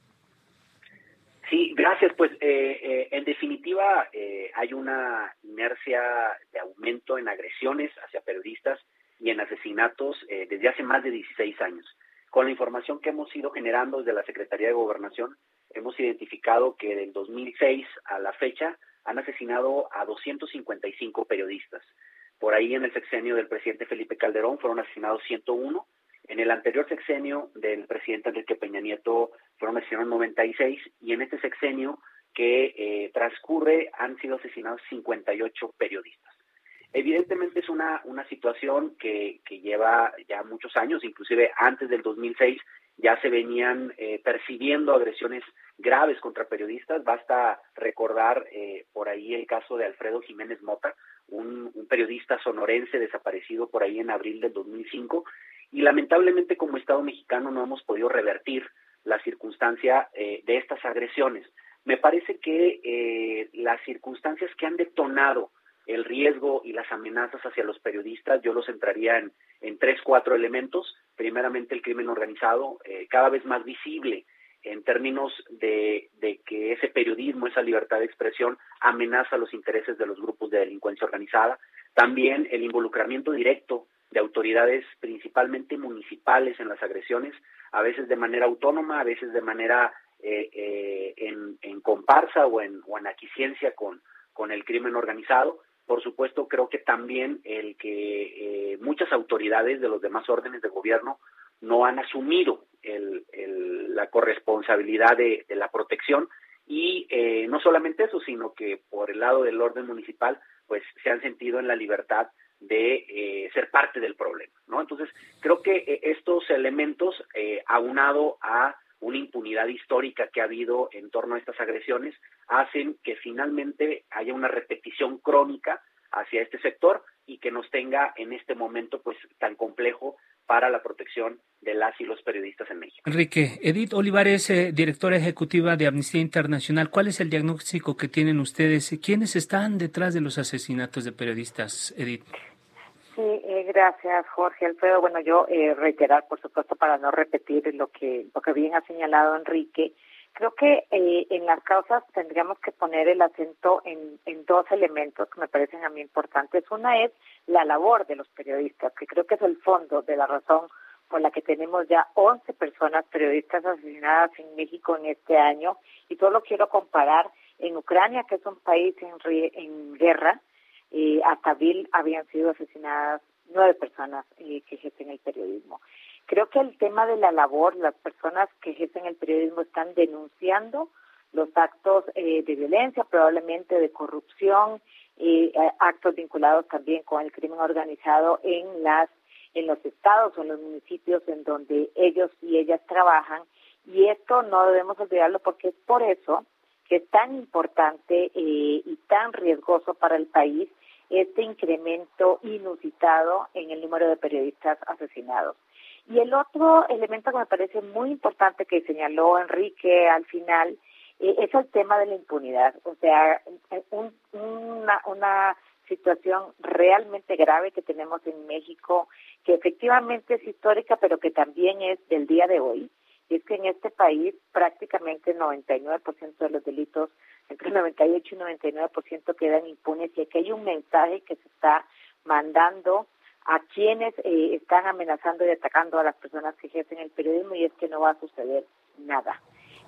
Sí, gracias. Pues eh, eh, en definitiva eh, hay una inercia de aumento en agresiones hacia periodistas y en asesinatos eh, desde hace más de dieciséis años. Con la información que hemos ido generando desde la Secretaría de Gobernación, hemos identificado que del dos mil seis a la fecha han asesinado a doscientos cincuenta y cinco periodistas. Por ahí en el sexenio del presidente Felipe Calderón fueron asesinados ciento uno. En el anterior sexenio del presidente Enrique Peña Nieto fueron asesinados noventa y seis y en este sexenio que eh, transcurre han sido asesinados cincuenta y ocho periodistas. Evidentemente es una, una situación que, que lleva ya muchos años, inclusive antes del dos mil seis ya se venían eh, percibiendo agresiones graves contra periodistas. Basta recordar eh, por ahí el caso de Alfredo Jiménez Mota, un, un periodista sonorense desaparecido por ahí en abril del dos mil cinco, y lamentablemente como Estado mexicano no hemos podido revertir la circunstancia eh, de estas agresiones. Me parece que eh, las circunstancias que han detonado el riesgo y las amenazas hacia los periodistas, yo los centraría en, en tres, cuatro elementos. Primeramente, el crimen organizado, eh, cada vez más visible en términos de, de que ese periodismo, esa libertad de expresión, amenaza los intereses de los grupos de delincuencia organizada. También el involucramiento directo de autoridades principalmente municipales en las agresiones, a veces de manera autónoma, a veces de manera eh, eh, en, en comparsa o en, o en aquiscencia con, con el crimen organizado. Por supuesto, creo que también el que eh, muchas autoridades de los demás órdenes de gobierno no han asumido el, el, la corresponsabilidad de, de la protección y eh, no solamente eso, sino que por el lado del orden municipal, pues se han sentido en la libertad de eh, ser parte del problema, ¿no? Entonces, creo que eh, estos elementos, eh, aunado a una impunidad histórica que ha habido en torno a estas agresiones, hacen que finalmente haya una repetición crónica hacia este sector y que nos tenga en este momento pues tan complejo para la protección de las y los periodistas en México. Enrique, Edith Olivares, eh, directora ejecutiva de Amnistía Internacional, ¿cuál es el diagnóstico que tienen ustedes? ¿Quiénes están detrás de los asesinatos de periodistas, Edith? Sí, eh, gracias, Jorge Alfredo. Bueno, yo eh, reiterar, por supuesto, para no repetir lo que lo que bien ha señalado Enrique, creo que eh, en las causas tendríamos que poner el acento en, en dos elementos que me parecen a mí importantes. Una es la labor de los periodistas, que creo que es el fondo de la razón por la que tenemos ya once personas periodistas asesinadas en México en este año, y solo quiero comparar en Ucrania, que es un país en, en guerra. Eh, hasta abril habían sido asesinadas nueve personas eh, que ejercen el periodismo. Creo que el tema de la labor, las personas que ejercen el periodismo están denunciando los actos eh, de violencia, probablemente de corrupción, eh, actos vinculados también con el crimen organizado en las en los estados o en los municipios en donde ellos y ellas trabajan, y esto no debemos olvidarlo porque es por eso que es tan importante eh, y tan riesgoso para el país este incremento inusitado en el número de periodistas asesinados. Y el otro elemento que me parece muy importante que señaló Enrique al final eh, es el tema de la impunidad. O sea, un, una, una situación realmente grave que tenemos en México, que efectivamente es histórica, pero que también es del día de hoy. Y es que en este país prácticamente el noventa y nueve por ciento de los delitos, entre el noventa y ocho y noventa y nueve por ciento quedan impunes, y aquí hay un mensaje que se está mandando a quienes eh, están amenazando y atacando a las personas que ejercen el periodismo, y es que no va a suceder nada.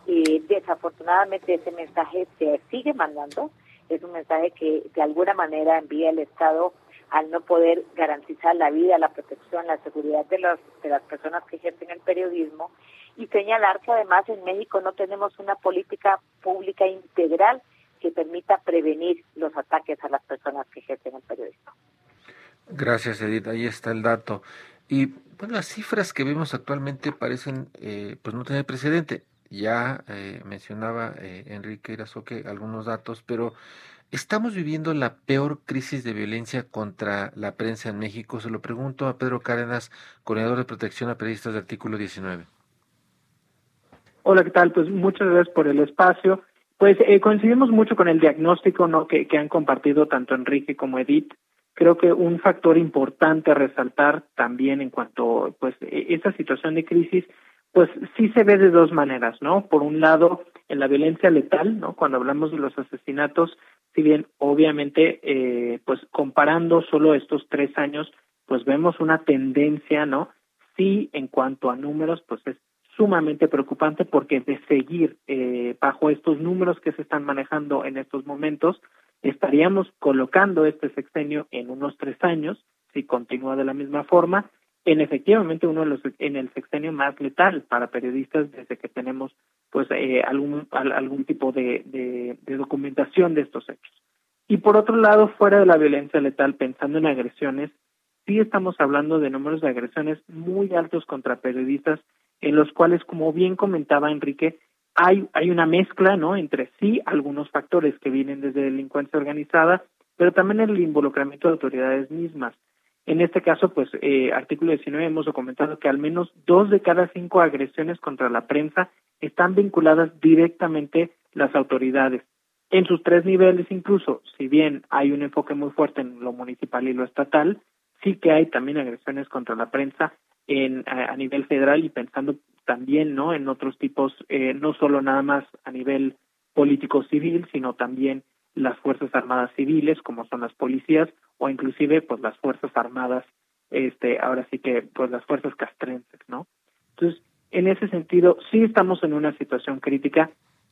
Y desafortunadamente ese mensaje se sigue mandando, es un mensaje que de alguna manera envía el Estado al no poder garantizar la vida, la protección, la seguridad de, los, de las personas que ejercen el periodismo, y señalar que además en México no tenemos una política pública integral que permita prevenir los ataques a las personas que ejercen el periodismo. Gracias, Edith. Ahí está el dato. Y bueno, las cifras que vemos actualmente parecen eh, pues no tener precedente. Ya eh, mencionaba eh, Enrique Irazoque algunos datos, pero ¿estamos viviendo la peor crisis de violencia contra la prensa en México? Se lo pregunto a Pedro Cárdenas, coordinador de protección a periodistas de Artículo diecinueve. Hola, ¿qué tal? Pues muchas gracias por el espacio. Pues eh, coincidimos mucho con el diagnóstico, ¿no?, que, que han compartido tanto Enrique como Edith. Creo que un factor importante a resaltar también en cuanto pues esa situación de crisis, pues sí se ve de dos maneras, ¿no? Por un lado, en la violencia letal, ¿no? Cuando hablamos de los asesinatos, si bien obviamente eh, pues comparando solo estos tres años, pues vemos una tendencia, ¿no? Sí, en cuanto a números, pues es sumamente preocupante, porque de seguir eh, bajo estos números que se están manejando en estos momentos, estaríamos colocando este sexenio en unos tres años, si continúa de la misma forma, en efectivamente uno de los en el sexenio más letal para periodistas desde que tenemos pues eh, algún algún tipo de, de, de documentación de estos hechos. Y por otro lado, fuera de la violencia letal, pensando en agresiones, sí estamos hablando de números de agresiones muy altos contra periodistas, en los cuales, como bien comentaba Enrique, hay hay una mezcla, ¿no?, entre sí algunos factores que vienen desde delincuencia organizada, pero también el involucramiento de autoridades mismas. En este caso, pues, eh, Artículo diecinueve hemos documentado que al menos dos de cada cinco agresiones contra la prensa están vinculadas directamente las autoridades. En sus tres niveles incluso, si bien hay un enfoque muy fuerte en lo municipal y lo estatal, sí que hay también agresiones contra la prensa en a, a nivel federal, y pensando también, ¿no?, en otros tipos, eh, no solo nada más a nivel político civil, sino también las Fuerzas Armadas civiles, como son las policías, o inclusive pues las Fuerzas Armadas, este ahora sí que pues las fuerzas castrenses, ¿no? Entonces, en ese sentido, sí estamos en una situación crítica,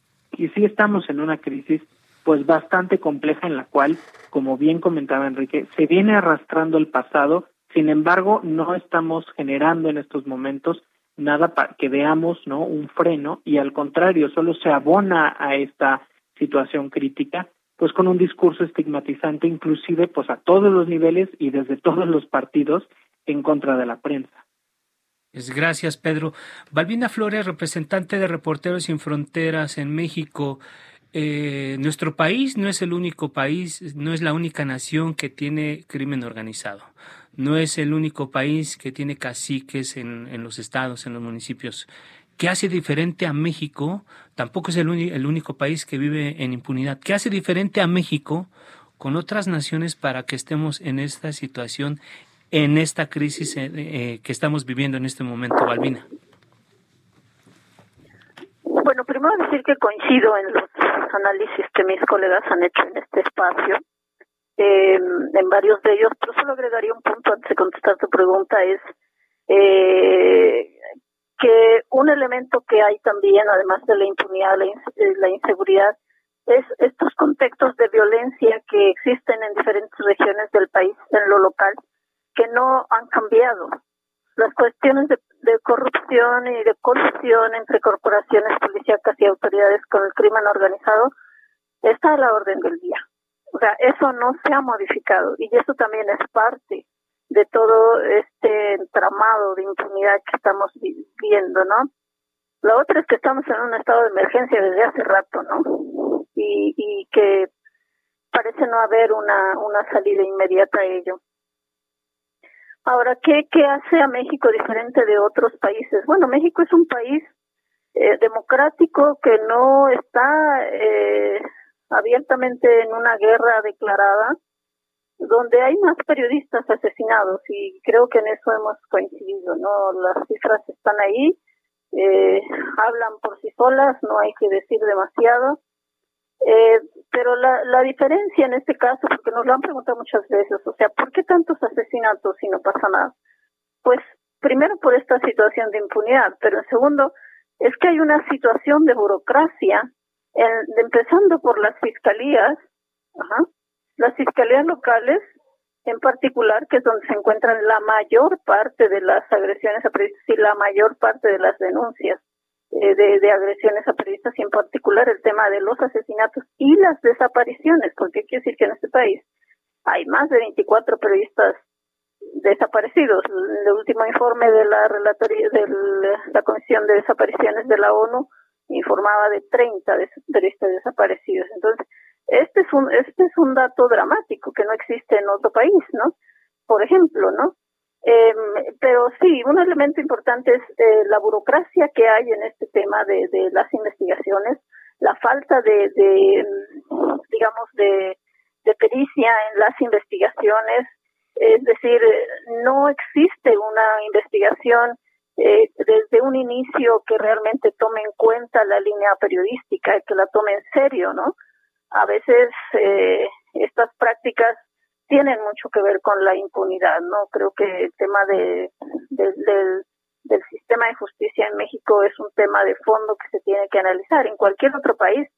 y sí estamos en una crisis pues bastante compleja, en la cual, como bien comentaba Enrique, se viene arrastrando el pasado. Sin embargo, no estamos generando en estos momentos nada para que veamos, ¿no?, un freno, y al contrario, solo se abona a esta situación crítica pues con un discurso estigmatizante, inclusive pues a todos los niveles y desde todos los partidos, en contra de la prensa. Gracias, Pedro. Balbina Flores, representante de Reporteros Sin Fronteras en México. Eh, nuestro país no es el único país, no es la única nación que tiene crimen organizado. No es el único país que tiene caciques en, en los estados, en los municipios. ¿Qué hace diferente a México? Tampoco es el, uni- el único país que vive en impunidad. ¿Qué hace diferente a México con otras naciones para que estemos en esta situación, en esta crisis eh, eh, que estamos viviendo en este momento, Balbina? Bueno, primero decir que coincido en los análisis que mis colegas han hecho en este espacio, eh, en varios de ellos, pero solo agregaría un punto antes de contestar tu pregunta, es eh, que un elemento que hay también, además de la impunidad, la, in- la inseguridad, es estos contextos de violencia que existen en diferentes regiones del país, en lo local, que no han cambiado. Las cuestiones de, de corrupción y de colusión entre corporaciones policíacas y autoridades con el crimen organizado está a la orden del día. O sea, eso no se ha modificado, y eso también es parte de todo este entramado de impunidad que estamos viviendo, ¿no? La otra es que estamos en un estado de emergencia desde hace rato, ¿no? Y, y que parece no haber una, una salida inmediata a ello. Ahora, ¿qué, qué hace a México diferente de otros países? Bueno, México es un país eh, democrático que no está eh, abiertamente en una guerra declarada, donde hay más periodistas asesinados, y creo que en eso hemos coincidido, ¿no? Las cifras están ahí, eh, hablan por sí solas, no hay que decir demasiado, eh, pero la, la diferencia en este caso, porque nos lo han preguntado muchas veces, o sea, ¿por qué tantos asesinatos si no pasa nada? Pues primero por esta situación de impunidad, pero en segundo es que hay una situación de burocracia, en, empezando por las fiscalías, ajá, las fiscalías locales en particular, que es donde se encuentran la mayor parte de las agresiones a periodistas y la mayor parte de las denuncias eh, de, de agresiones a periodistas, y en particular el tema de los asesinatos y las desapariciones, porque quiere decir que en este país hay más de veinticuatro periodistas desaparecidos. El último informe de la relatoría de la Comisión de Desapariciones de la ONU informaba de treinta periodistas desaparecidos. Entonces, este es un este es un dato dramático que no existe en otro país, ¿no? Por ejemplo, ¿no? Eh, pero sí, un elemento importante es eh, la burocracia que hay en este tema de, de las investigaciones, la falta de, de digamos, de, de pericia en las investigaciones. Es decir, no existe una investigación eh, desde un inicio que realmente tome en cuenta la línea periodística y que la tome en serio, ¿no? A veces eh, estas prácticas tienen mucho que ver con la impunidad, ¿no? Creo que el tema de, de, del, del sistema de justicia en México es un tema de fondo que se tiene que analizar. En cualquier otro país,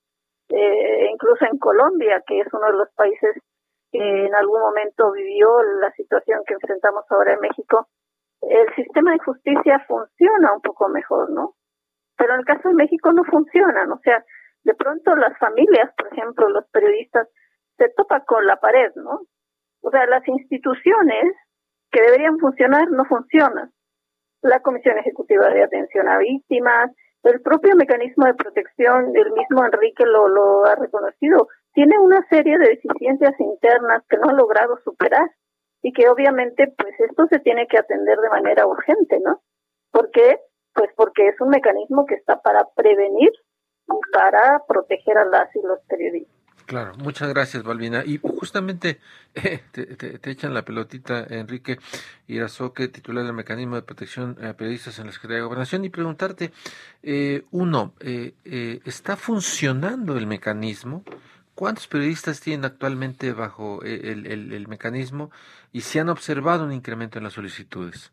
eh, incluso en Colombia, que es uno de los países que en algún momento vivió la situación que enfrentamos ahora en México, el sistema de justicia funciona un poco mejor, ¿no? Pero en el caso de México no funcionan, o sea, de pronto las familias, por ejemplo, los periodistas, se topan con la pared, ¿no? O sea, las instituciones que deberían funcionar no funcionan. La Comisión Ejecutiva de Atención a Víctimas, el propio mecanismo de protección, el mismo Enrique lo, lo ha reconocido, tiene una serie de deficiencias internas que no ha logrado superar y que obviamente pues esto se tiene que atender de manera urgente, ¿no? ¿Por qué? Pues porque es un mecanismo que está para prevenir y para proteger a las y los periodistas. Claro, muchas gracias, Balbina. Y justamente eh, te, te, te echan la pelotita, Enrique Irazoque, titular del Mecanismo de Protección a Periodistas en la Secretaría de Gobernación, y preguntarte, eh, uno, eh, eh, ¿está funcionando el mecanismo? ¿Cuántos periodistas tienen actualmente bajo el, el, el mecanismo? ¿Y si han observado un incremento en las solicitudes?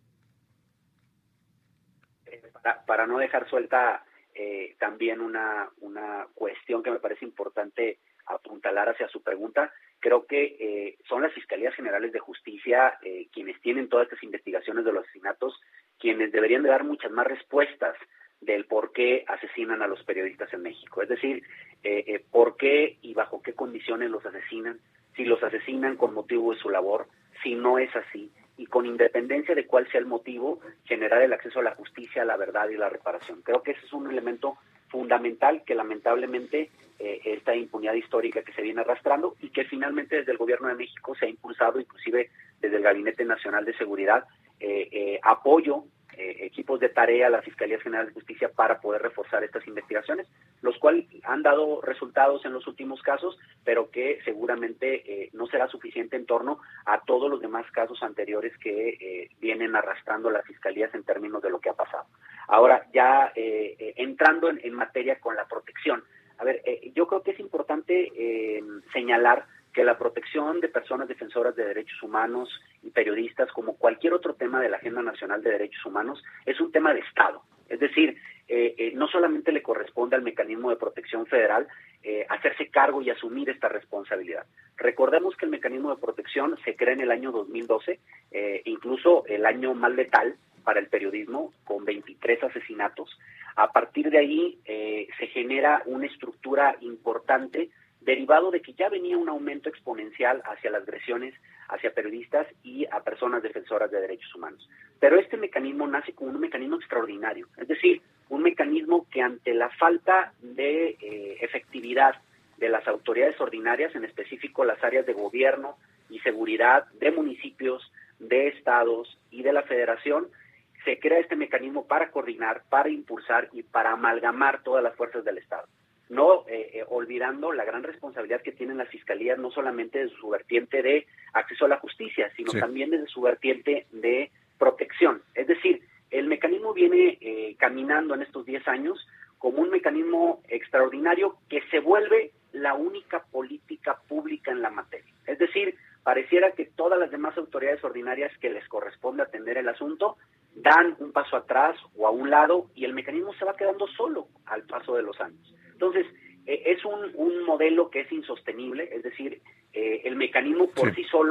Para, para no dejar suelta eh, también una, una cuestión que me parece importante apuntalar hacia su pregunta, creo que eh, son las Fiscalías Generales de Justicia eh, quienes tienen todas estas investigaciones de los asesinatos, quienes deberían de dar muchas más respuestas del por qué asesinan a los periodistas en México. Es decir, eh, eh, por qué y bajo qué condiciones los asesinan, si los asesinan con motivo de su labor, si no es así, y con independencia de cuál sea el motivo, generar el acceso a la justicia, a la verdad y la reparación. Creo que ese es un elemento fundamental que lamentablemente eh, esta impunidad histórica que se viene arrastrando y que finalmente desde el Gobierno de México se ha impulsado, inclusive desde el Gabinete Nacional de Seguridad, eh, eh, apoyo, eh, equipos de tarea a las Fiscalías Generales de Justicia para poder reforzar estas investigaciones, los cuales han dado resultados en los últimos casos, pero que seguramente eh, no será suficiente en torno a todos los demás casos anteriores que eh, vienen arrastrando las Fiscalías en términos de lo que ha pasado. Ahora, ya eh, eh, entrando en, en materia con la protección, a ver, eh, yo creo que es importante eh, señalar que la protección de personas defensoras de derechos humanos y periodistas, como cualquier otro tema de la Agenda Nacional de Derechos Humanos, es un tema de Estado. Es decir, eh, eh, no solamente le corresponde al Mecanismo de Protección Federal eh, hacerse cargo y asumir esta responsabilidad. Recordemos que el Mecanismo de Protección se crea en el año dos mil doce, eh, incluso el año más letal para el periodismo, con veintitrés asesinatos. A partir de ahí eh, se genera una estructura importante derivado de que ya venía un aumento exponencial hacia las agresiones hacia periodistas y a personas defensoras de derechos humanos. Pero este mecanismo nace como un mecanismo extraordinario, es decir, un mecanismo que ante la falta de eh, efectividad de las autoridades ordinarias, en específico las áreas de gobierno y seguridad de municipios, de estados y de la federación, se crea este mecanismo para coordinar, para impulsar y para amalgamar todas las fuerzas del Estado. No eh, eh, olvidando la gran responsabilidad que tienen las fiscalías, no solamente de su vertiente de acceso a la justicia, sino sí. también desde su vertiente de protección. Es decir, el mecanismo viene eh, caminando en estos diez años como un mecanismo extraordinario que se vuelve la única política pública en la materia. Es decir, pareciera que todas las demás autoridades ordinarias que les corresponde atender el asunto dan un paso atrás o a un lado y el mecanismo se va quedando solo al paso de los años. Entonces, eh, es un, un modelo que es insostenible, es decir, eh, el mecanismo por sí. sí solo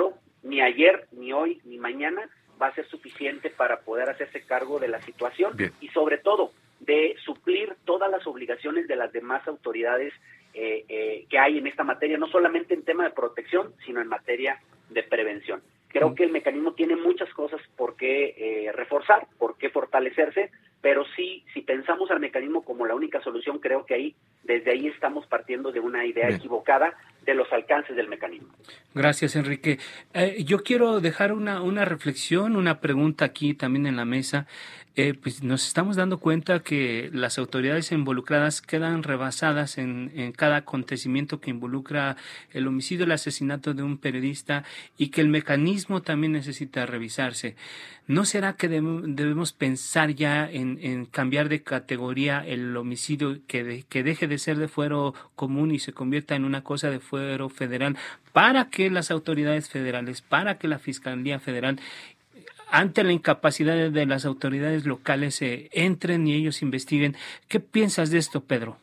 ni ayer, ni hoy, ni mañana va a ser suficiente para poder hacerse cargo de la situación. Bien. Y sobre todo de suplir todas las obligaciones de las demás autoridades eh, eh, que hay en esta materia, no solamente en tema de protección, sino en materia de prevención. Creo mm. que el mecanismo tiene muchas cosas por qué eh, reforzar, por qué fortalecerse, pero sí, si pensamos al mecanismo como la única solución, creo que ahí, desde ahí estamos partiendo de una idea Bien. equivocada de los alcances del mecanismo. Gracias, Enrique. Eh, yo quiero dejar una, una reflexión, una pregunta aquí también en la mesa. Eh, pues nos estamos dando cuenta que las autoridades involucradas quedan rebasadas en, en cada acontecimiento que involucra el homicidio, el asesinato de un periodista, y que el mecanismo también necesita revisarse. ¿No será que debemos pensar ya en, en cambiar de categoría el homicidio, que, de, que deje de ser de fuero común y se convierta en una cosa de fuero federal, para que las autoridades federales, para que la Fiscalía Federal, ante la incapacidad de las autoridades locales, eh, entren y ellos investiguen? ¿Qué piensas de esto, Pedro?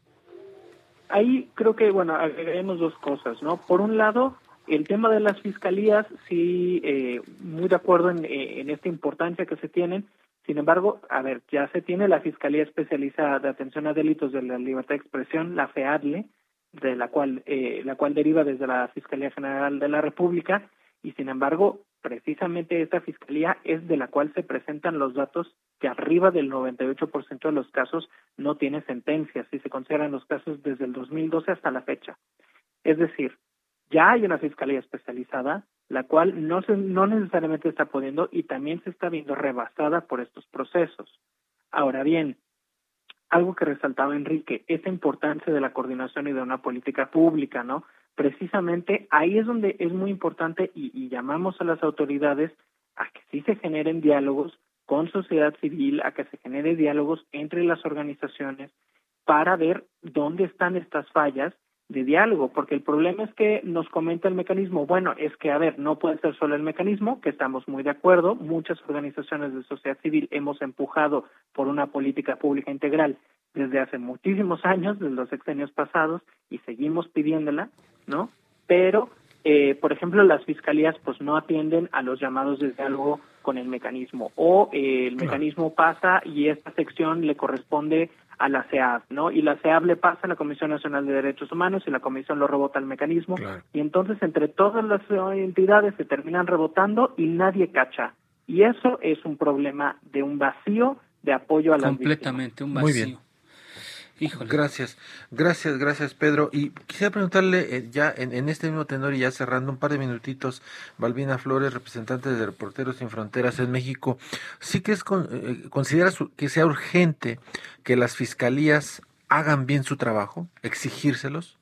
Ahí creo que, bueno, agregaremos dos cosas, ¿no? Por un lado, el tema de las fiscalías, sí, eh, muy de acuerdo en, en esta importancia que se tienen. Sin embargo, a ver, ya se tiene la Fiscalía Especializada de Atención a Delitos de la Libertad de Expresión, la FEADLE, de la cual, eh, la cual deriva desde la Fiscalía General de la República, y sin embargo, precisamente esta fiscalía es de la cual se presentan los datos que arriba del noventa y ocho por ciento de los casos no tiene sentencias, si se consideran los casos desde el dos mil doce hasta la fecha. Es decir, ya hay una fiscalía especializada, la cual no se, no necesariamente está pudiendo y también se está viendo rebasada por estos procesos. Ahora bien, algo que resaltaba Enrique, esa importancia de la coordinación y de una política pública, ¿no? Precisamente ahí es donde es muy importante y, y llamamos a las autoridades a que sí se generen diálogos con sociedad civil, a que se generen diálogos entre las organizaciones para ver dónde están estas fallas de diálogo, porque el problema es que nos comenta el mecanismo, bueno, es que, a ver, no puede ser solo el mecanismo, que estamos muy de acuerdo, muchas organizaciones de sociedad civil hemos empujado por una política pública integral desde hace muchísimos años, desde los sexenios pasados, y seguimos pidiéndola, ¿no? Pero, eh, por ejemplo, las fiscalías pues no atienden a los llamados de diálogo con el mecanismo, o eh, el claro. mecanismo pasa y esta sección le corresponde a la C E A B, ¿no? Y la C E A B le pasa a la Comisión Nacional de Derechos Humanos y la Comisión lo rebota al mecanismo, claro. y entonces entre todas las entidades se terminan rebotando y nadie cacha. Y eso es un problema de un vacío de apoyo a las Completamente, víctimas. un vacío. Muy bien. Híjole. Gracias, gracias, gracias Pedro. Y quisiera preguntarle eh, ya en, en este mismo tenor y ya cerrando un par de minutitos, Balbina Flores, representante de Reporteros Sin Fronteras en México, ¿sí que es con, eh, consideras que sea urgente que las fiscalías hagan bien su trabajo, exigírselos?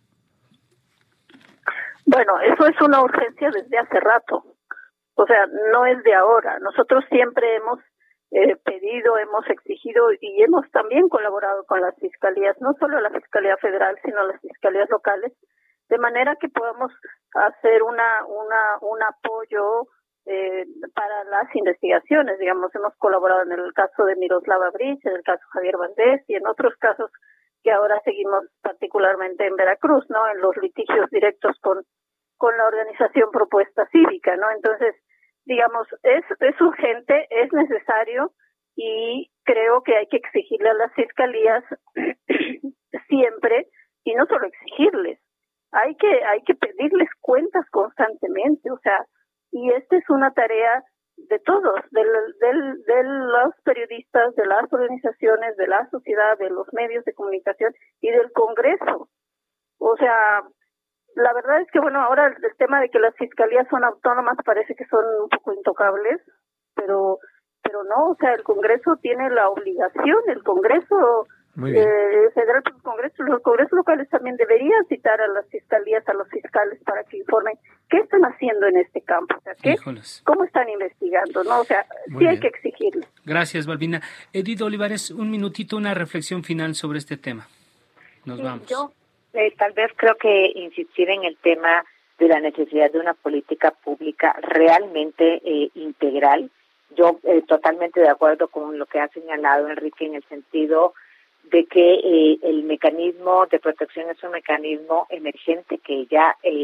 Bueno, eso es una urgencia desde hace rato, o sea, no es de ahora. Nosotros siempre hemos Eh, pedido, hemos exigido y hemos también colaborado con las fiscalías, no solo la Fiscalía Federal, sino las fiscalías locales, de manera que podamos hacer una una un apoyo eh, para las investigaciones. Digamos, hemos colaborado en el caso de Miroslava Bridge, en el caso Javier Valdés y en otros casos que ahora seguimos particularmente en Veracruz, ¿no? En los litigios directos con con la organización Propuesta Cívica, ¿no? Entonces, digamos, es, es urgente, es necesario y creo que hay que exigirle a las fiscalías siempre, y no solo exigirles, hay que hay que pedirles cuentas constantemente, o sea, y esta es una tarea de todos, del, del, de los periodistas, de las organizaciones, de la sociedad, de los medios de comunicación y del Congreso. O sea, la verdad es que, bueno, ahora el tema de que las fiscalías son autónomas parece que son un poco intocables, pero pero no, o sea, el Congreso tiene la obligación, el Congreso eh, federal, el Congreso, los congresos locales también deberían citar a las fiscalías, a los fiscales para que informen qué están haciendo en este campo, o sea, qué, cómo están investigando, ¿no? O sea, Muy sí bien. Hay que exigirlo. Gracias, Balbina. Edith Olivares, un minutito, una reflexión final sobre este tema. Nos sí, vamos. Yo Eh, tal vez creo que insistir en el tema de la necesidad de una política pública realmente eh, integral. Yo eh, totalmente de acuerdo con lo que ha señalado Enrique en el sentido de que eh, el mecanismo de protección es un mecanismo emergente que ya eh,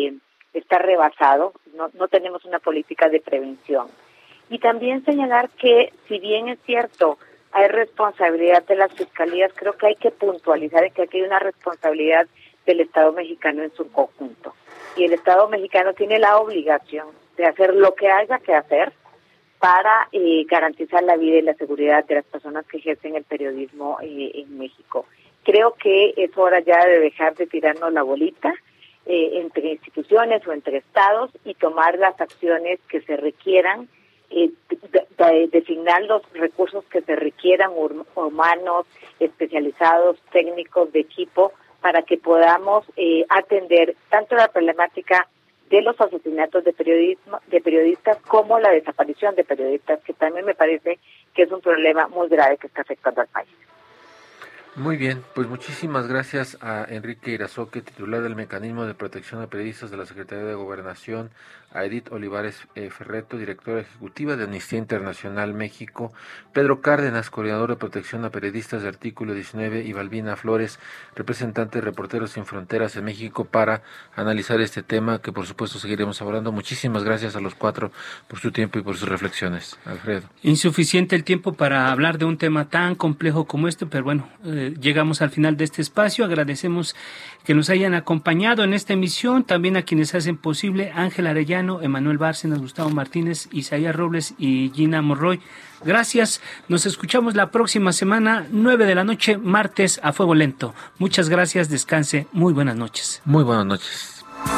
está rebasado, no, no tenemos una política de prevención. Y también señalar que, si bien es cierto, hay responsabilidad de las fiscalías, creo que hay que puntualizar en que aquí hay una responsabilidad del Estado mexicano en su conjunto. Y el Estado mexicano tiene la obligación de hacer lo que haya que hacer para eh, garantizar la vida y la seguridad de las personas que ejercen el periodismo eh, en México. Creo que es hora ya de dejar de tirarnos la bolita eh, entre instituciones o entre estados y tomar las acciones que se requieran, eh, de, de, designar los recursos que se requieran, humanos, especializados, técnicos, de equipo, para que podamos eh, atender tanto la problemática de los asesinatos de periodismo, de periodistas, como la desaparición de periodistas, que también me parece que es un problema muy grave que está afectando al país. Muy bien, pues muchísimas gracias a Enrique Irazoque, titular del Mecanismo de Protección a Periodistas de la Secretaría de Gobernación, a Edith Olivares eh, Ferretto, directora ejecutiva de Amnistía Internacional México, Pedro Cárdenas, coordinador de protección a periodistas de Artículo diecinueve, y Balbina Flores, representante de Reporteros Sin Fronteras en México, para analizar este tema que por supuesto seguiremos hablando. Muchísimas gracias a los cuatro por su tiempo y por sus reflexiones. Alfredo. Insuficiente el tiempo para hablar de un tema tan complejo como este, pero bueno, eh, llegamos al final de este espacio. Agradecemos que nos hayan acompañado en esta emisión, también a quienes hacen posible: Ángel Arellano, Emanuel Bárcenas, Gustavo Martínez, Isaías Robles y Gina Monroy. Gracias, nos escuchamos la próxima semana, nueve de la noche, martes, a fuego lento. Muchas gracias, descanse, muy buenas noches. Muy buenas noches.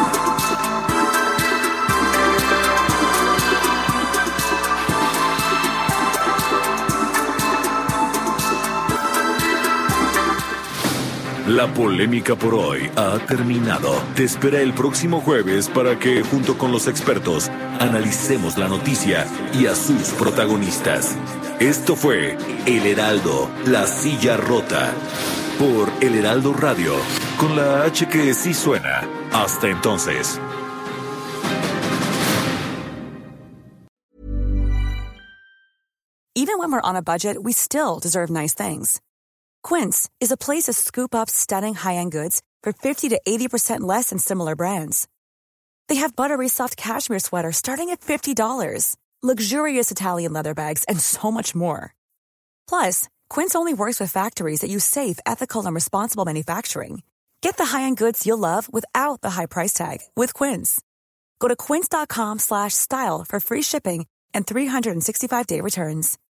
La polémica por hoy ha terminado. Te espera el próximo jueves para que, junto con los expertos, analicemos la noticia y a sus protagonistas. Esto fue El Heraldo, la silla rota, por El Heraldo Radio, con la H que sí suena. Hasta entonces. Even when we're on a budget, we still deserve nice things. Quince is a place to scoop up stunning high-end goods for fifty to eighty percent less than similar brands. They have buttery soft cashmere sweaters starting at fifty dollars, luxurious Italian leather bags, and so much more. Plus, Quince only works with factories that use safe, ethical, and responsible manufacturing. Get the high-end goods you'll love without the high price tag with Quince. Go to quince.com slash style for free shipping and three sixty-five day returns.